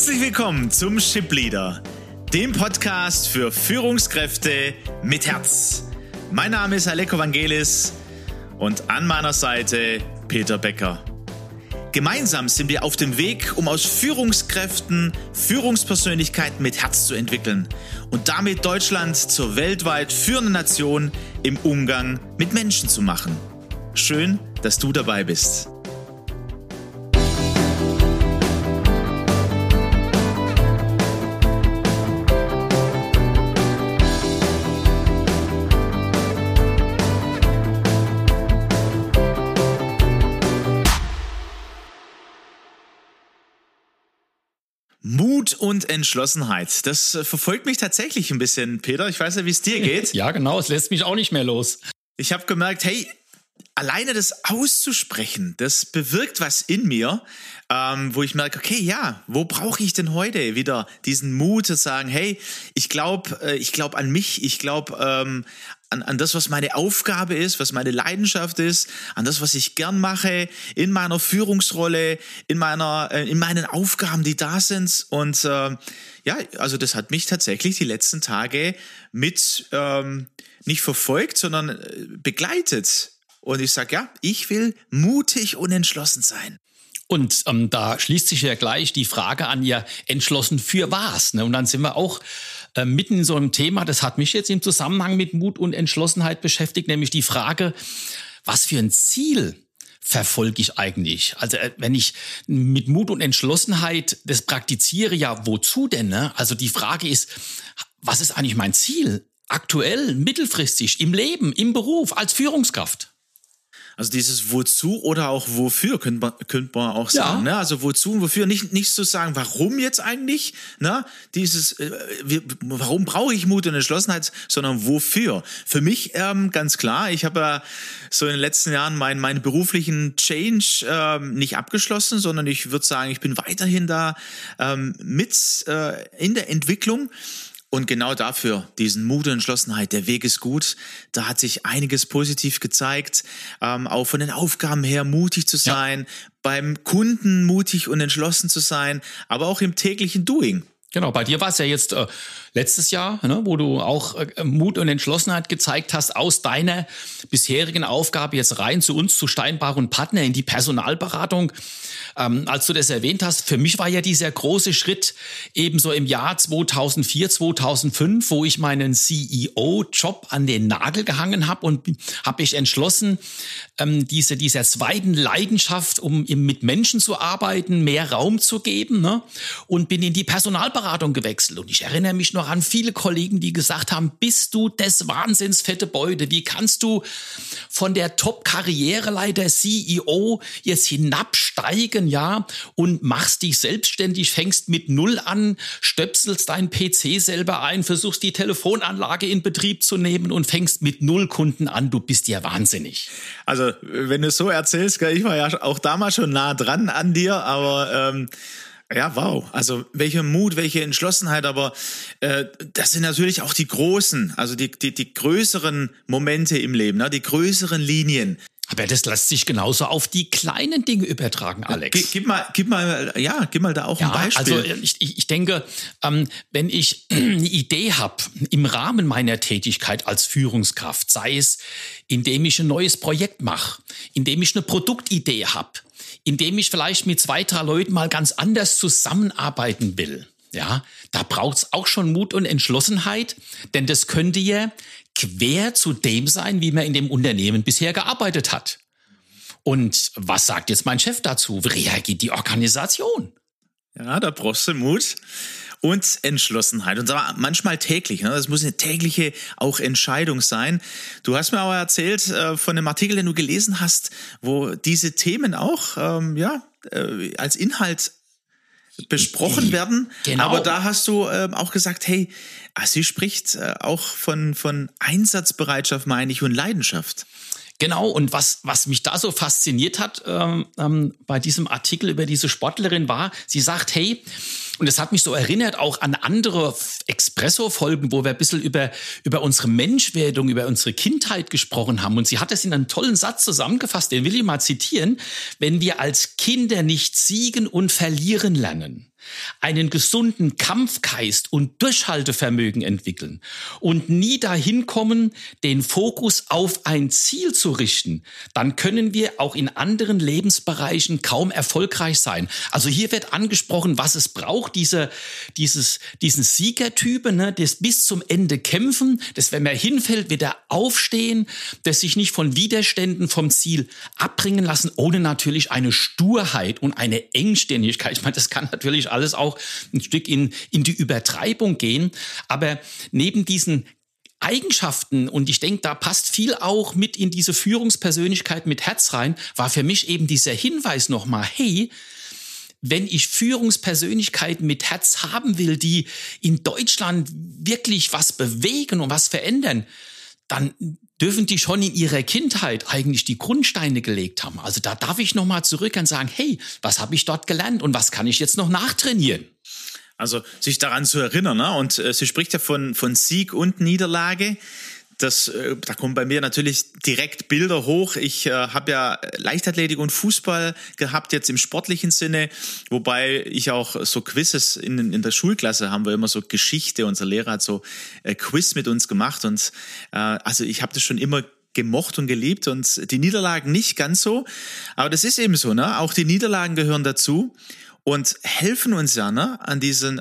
Herzlich willkommen zum Ship Leader, dem Podcast für Führungskräfte mit Herz. Mein Name ist Aleko Vangelis und an meiner Seite Peter Becker. Gemeinsam sind wir auf dem Weg, um aus Führungskräften Führungspersönlichkeiten mit Herz zu entwickeln und damit Deutschland zur weltweit führenden Nation im Umgang mit Menschen zu machen. Schön, dass du dabei bist. Mut und Entschlossenheit, das verfolgt mich tatsächlich ein bisschen, Peter. Ich weiß ja, wie es dir geht. Ja, genau, es lässt mich auch nicht mehr los. Ich habe gemerkt, hey, alleine das auszusprechen, das bewirkt was in mir, wo ich merke, okay, ja, wo brauche ich denn heute wieder diesen Mut zu sagen, hey, ich glaube an mich, ich glaube an das, was meine Aufgabe ist, was meine Leidenschaft ist, an das, was ich gern mache, in meiner Führungsrolle, in meinen Aufgaben, die da sind. Und also das hat mich tatsächlich die letzten Tage mit nicht verfolgt, sondern begleitet. Und ich sage, ja, ich will mutig und entschlossen sein. Und da schließt sich ja gleich die Frage an, ja, entschlossen für was? Ne? Und dann sind wir auch mitten in so einem Thema, das hat mich jetzt im Zusammenhang mit Mut und Entschlossenheit beschäftigt, nämlich die Frage, was für ein Ziel verfolge ich eigentlich? Also wenn ich mit Mut und Entschlossenheit das praktiziere, ja, wozu denn? Ne? Also die Frage ist, was ist eigentlich mein Ziel? Aktuell, mittelfristig, im Leben, im Beruf, als Führungskraft? Also dieses Wozu oder auch Wofür könnte man auch sagen. Ja. Ne? Also Wozu und Wofür, nicht zu sagen, warum jetzt eigentlich, ne? Warum brauche ich Mut und Entschlossenheit, sondern wofür. Für mich ganz klar, ich habe ja so in den letzten Jahren meinen beruflichen Change nicht abgeschlossen, sondern ich würde sagen, ich bin weiterhin da mit in der Entwicklung. Und genau dafür, diesen Mut und Entschlossenheit, der Weg ist gut. Da hat sich einiges positiv gezeigt, auch von den Aufgaben her mutig zu sein, beim Kunden mutig und entschlossen zu sein, aber auch im täglichen Doing. Genau, bei dir war es ja jetzt letztes Jahr, ne, wo du auch Mut und Entschlossenheit gezeigt hast, aus deiner bisherigen Aufgabe jetzt rein zu uns, zu Steinbach und Partner in die Personalberatung. Als du das erwähnt hast, für mich war ja dieser große Schritt ebenso im Jahr 2004, 2005, wo ich meinen CEO-Job an den Nagel gehangen habe und habe ich entschlossen, dieser zweiten Leidenschaft, um mit Menschen zu arbeiten, mehr Raum zu geben, ne, und bin in die Personalberatung gewechselt. Und ich erinnere mich noch an viele Kollegen, die gesagt haben, bist du des Wahnsinns fette Beute? Wie kannst du von der Top-Karriereleiter CEO jetzt hinabsteigen, ja, und machst dich selbstständig, fängst mit Null an, stöpselst deinen PC selber ein, versuchst die Telefonanlage in Betrieb zu nehmen und fängst mit 0 Kunden an. Du bist ja wahnsinnig. Also, wenn du es so erzählst, ich war ja auch damals schon nah dran an dir, aber ja, wow. Also welcher Mut, welche Entschlossenheit, aber das sind natürlich auch die großen, also die größeren Momente im Leben, ne? Die größeren Linien. Aber das lässt sich genauso auf die kleinen Dinge übertragen, Alex. Gib mal da auch ein Beispiel. Also ich denke, wenn ich eine Idee habe im Rahmen meiner Tätigkeit als Führungskraft, sei es, indem ich ein neues Projekt mache, indem ich eine Produktidee habe, indem ich vielleicht mit 2, 3 Leuten mal ganz anders zusammenarbeiten will. Ja, da braucht's auch schon Mut und Entschlossenheit, denn das könnte ja quer zu dem sein, wie man in dem Unternehmen bisher gearbeitet hat. Und was sagt jetzt mein Chef dazu? Wie reagiert die Organisation? Ja, da brauchst du Mut und Entschlossenheit. Und zwar manchmal täglich. Ne? Das muss eine tägliche auch Entscheidung sein. Du hast mir aber erzählt von einem Artikel, den du gelesen hast, wo diese Themen auch als Inhalt besprochen werden. Genau. Aber da hast du auch gesagt, hey, sie spricht auch von Einsatzbereitschaft, meine ich, und Leidenschaft. Genau, und was mich da so fasziniert hat bei diesem Artikel über diese Sportlerin war, sie sagt, hey, und das hat mich so erinnert auch an andere Expresso-Folgen, wo wir ein bisschen über unsere Menschwerdung, über unsere Kindheit gesprochen haben. Und sie hat das in einem tollen Satz zusammengefasst, den will ich mal zitieren. Wenn wir als Kinder nicht siegen und verlieren lernen, einen gesunden Kampfgeist und Durchhaltevermögen entwickeln und nie dahin kommen, den Fokus auf ein Ziel zu richten, dann können wir auch in anderen Lebensbereichen kaum erfolgreich sein. Also hier wird angesprochen, was es braucht, diesen Siegertypen, ne, das bis zum Ende kämpfen, das, wenn man hinfällt, wieder aufstehen, das sich nicht von Widerständen vom Ziel abbringen lassen, ohne natürlich eine Sturheit und eine Engstirnigkeit. Ich meine, das kann natürlich alles auch ein Stück in die Übertreibung gehen. Aber neben diesen Eigenschaften, und ich denke, da passt viel auch mit in diese Führungspersönlichkeit mit Herz rein, war für mich eben dieser Hinweis nochmal, hey, wenn ich Führungspersönlichkeiten mit Herz haben will, die in Deutschland wirklich was bewegen und was verändern, dann dürfen die schon in ihrer Kindheit eigentlich die Grundsteine gelegt haben. Also da darf ich nochmal zurück und sagen, hey, was habe ich dort gelernt und was kann ich jetzt noch nachtrainieren? Also sich daran zu erinnern, ne? Und sie spricht ja von Sieg und Niederlage. Da kommen bei mir natürlich direkt Bilder hoch. Ich habe ja Leichtathletik und Fußball gehabt, jetzt im sportlichen Sinne, wobei ich auch so Quizzes in der Schulklasse haben wir immer so Geschichte. Unser Lehrer hat so Quiz mit uns gemacht und also ich habe das schon immer gemocht und geliebt und die Niederlagen nicht ganz so. Aber das ist eben so, ne? Auch die Niederlagen gehören dazu. Und helfen uns ja, ne, an diesem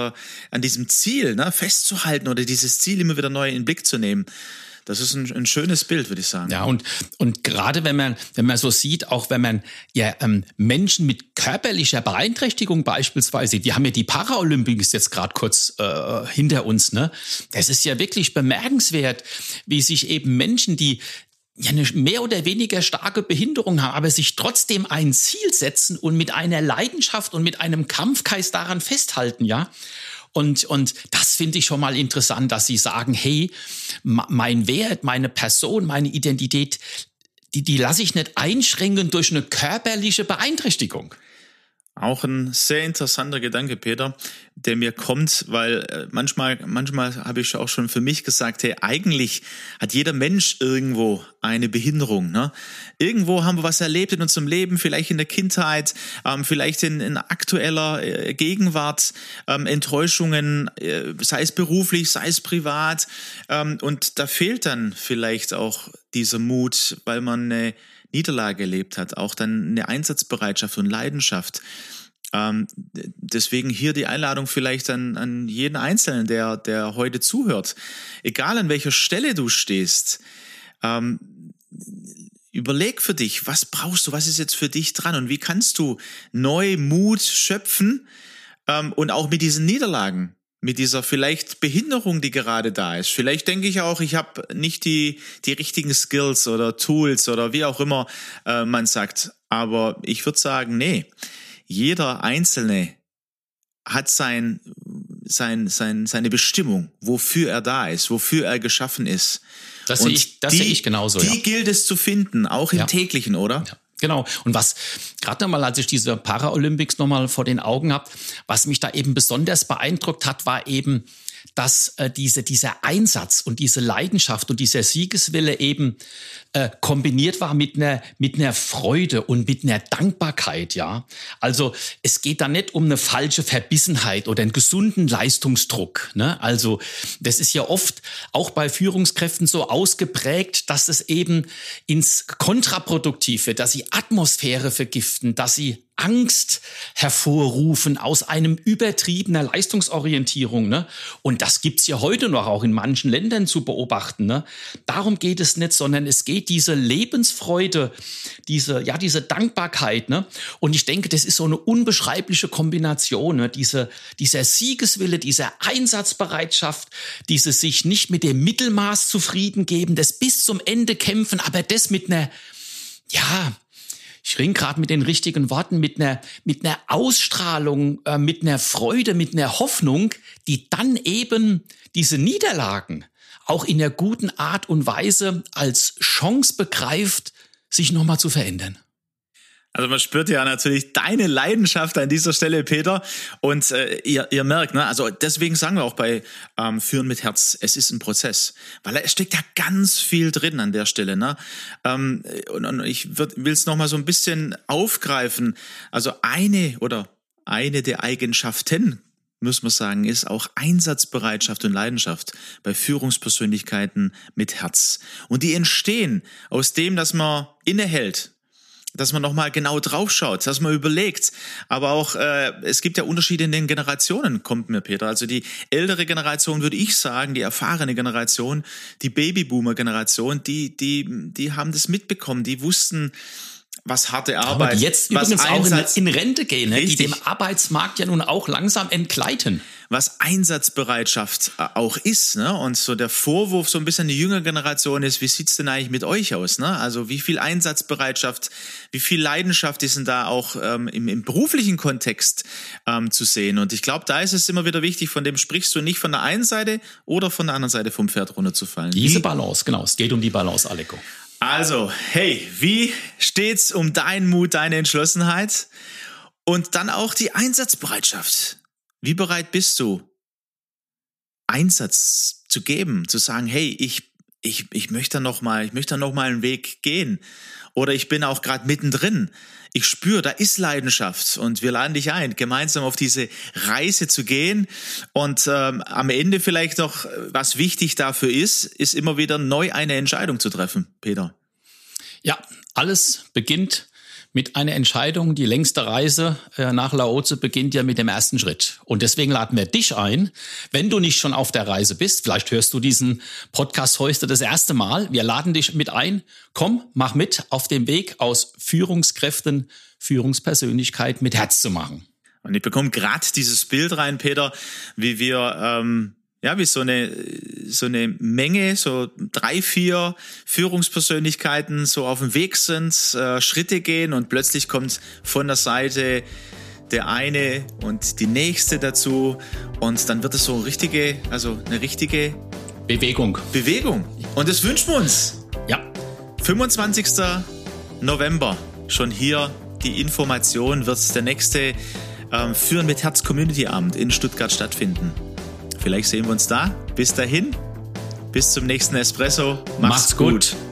Ziel, ne, festzuhalten oder dieses Ziel immer wieder neu in den Blick zu nehmen. Das ist ein schönes Bild, würde ich sagen. Ja, und gerade wenn man so sieht, auch wenn man ja Menschen mit körperlicher Beeinträchtigung beispielsweise, die haben ja die Paralympics jetzt gerade kurz hinter uns, ne? Das ist ja wirklich bemerkenswert, wie sich eben Menschen, die ja eine mehr oder weniger starke Behinderung haben, aber sich trotzdem ein Ziel setzen und mit einer Leidenschaft und mit einem Kampfgeist daran festhalten, ja. Und das finde ich schon mal interessant, dass sie sagen, hey, mein Wert, meine Person, meine Identität, die lasse ich nicht einschränken durch eine körperliche Beeinträchtigung. Auch ein sehr interessanter Gedanke, Peter, der mir kommt, weil manchmal habe ich auch schon für mich gesagt, hey, eigentlich hat jeder Mensch irgendwo eine Behinderung, ne? Irgendwo haben wir was erlebt in unserem Leben, vielleicht in der Kindheit, vielleicht in aktueller Gegenwart, Enttäuschungen, sei es beruflich, sei es privat, und da fehlt dann vielleicht auch dieser Mut, weil man eine Niederlage erlebt hat, auch dann eine Einsatzbereitschaft und Leidenschaft. Deswegen hier die Einladung vielleicht an jeden Einzelnen, der heute zuhört. Egal an welcher Stelle du stehst, überleg für dich, was brauchst du, was ist jetzt für dich dran und wie kannst du neu Mut schöpfen, und auch mit diesen Niederlagen, mit dieser vielleicht Behinderung, die gerade da ist. Vielleicht denke ich auch, ich habe nicht die richtigen Skills oder Tools oder wie auch immer man sagt. Aber ich würde sagen, nee, jeder Einzelne hat seine Bestimmung, wofür er da ist, wofür er geschaffen ist. Das sehe ich genauso. Die gilt es zu finden, auch im täglichen, oder? Ja. Genau. Und was gerade nochmal, als ich diese Paralympics nochmal vor den Augen habe, was mich da eben besonders beeindruckt hat, war eben, dass dieser Einsatz und diese Leidenschaft und dieser Siegeswille eben kombiniert war mit einer Freude und mit einer Dankbarkeit, ja. Also es geht da nicht um eine falsche Verbissenheit oder einen gesunden Leistungsdruck, ne? Also das ist ja oft auch bei Führungskräften so ausgeprägt, dass es eben ins Kontraproduktiv wird, dass sie Atmosphäre vergiften, dass sie Angst hervorrufen aus einem übertriebener Leistungsorientierung, ne? Und das gibt's ja heute noch auch in manchen Ländern zu beobachten, ne? Darum geht es nicht, sondern es geht diese Lebensfreude, diese Dankbarkeit, ne? Und ich denke, das ist so eine unbeschreibliche Kombination, ne? Dieser Siegeswille, dieser Einsatzbereitschaft, dieses sich nicht mit dem Mittelmaß zufrieden geben, das bis zum Ende kämpfen, aber das mit einer, ja, ich ringe gerade mit den richtigen Worten, mit einer Ausstrahlung, mit einer Freude, mit einer Hoffnung, die dann eben diese Niederlagen auch in einer guten Art und Weise als Chance begreift, sich nochmal zu verändern. Also man spürt ja natürlich deine Leidenschaft an dieser Stelle, Peter. Und ihr merkt, ne, also deswegen sagen wir auch bei Führen mit Herz, es ist ein Prozess. Weil es steckt ja ganz viel drin an der Stelle. Ne? Und ich will es nochmal so ein bisschen aufgreifen. Also eine eine der Eigenschaften, muss man sagen, ist auch Einsatzbereitschaft und Leidenschaft bei Führungspersönlichkeiten mit Herz. Und die entstehen aus dem, dass man innehält, dass man nochmal genau draufschaut, dass man überlegt. Aber auch, es gibt ja Unterschiede in den Generationen, kommt mir Peter. Also die ältere Generation, würde ich sagen, die erfahrene Generation, die Babyboomer-Generation, die haben das mitbekommen, die wussten, was harte Arbeit, aber die jetzt was übrigens Einsatz, auch in Rente gehen, ne? Die Richtig. dem Arbeitsmarkt ja nun auch langsam entgleiten. was Einsatzbereitschaft auch ist, ne? Und so der Vorwurf so ein bisschen an die jüngere Generation ist, wie sieht's denn eigentlich mit euch aus, ne? Also wie viel Einsatzbereitschaft, wie viel Leidenschaft ist denn da auch im beruflichen Kontext zu sehen? Und ich glaube, da ist es immer wieder wichtig, von dem sprichst du nicht von der einen Seite oder von der anderen Seite vom Pferd runterzufallen. Diese Balance, genau. Es geht um die Balance, Aleko. Also, hey, wie steht's um deinen Mut, deine Entschlossenheit und dann auch die Einsatzbereitschaft? Wie bereit bist du, Einsatz zu geben, zu sagen, hey, ich möchte da noch mal einen Weg gehen oder ich bin auch gerade mittendrin. Ich spüre, da ist Leidenschaft und wir laden dich ein, gemeinsam auf diese Reise zu gehen und am Ende vielleicht noch, was wichtig dafür ist immer wieder neu eine Entscheidung zu treffen, Peter. Ja, alles beginnt mit einer Entscheidung. Die längste Reise nach Laozi beginnt ja mit dem ersten Schritt. Und deswegen laden wir dich ein, wenn du nicht schon auf der Reise bist, vielleicht hörst du diesen Podcast heute das erste Mal, wir laden dich mit ein, komm, mach mit auf dem Weg aus Führungskräften, Führungspersönlichkeit mit Herz zu machen. Und ich bekomme gerade dieses Bild rein, Peter, wie wir wie so eine Menge, so 3, 4 Führungspersönlichkeiten so auf dem Weg sind, Schritte gehen und plötzlich kommt von der Seite der eine und die nächste dazu und dann wird es so eine richtige Bewegung. Und das wünschen wir uns. Ja. 25. November, schon hier die Information, wird der nächste Führen mit Herz Community Abend in Stuttgart stattfinden. Vielleicht sehen wir uns da. Bis dahin, bis zum nächsten Espresso. Macht's gut.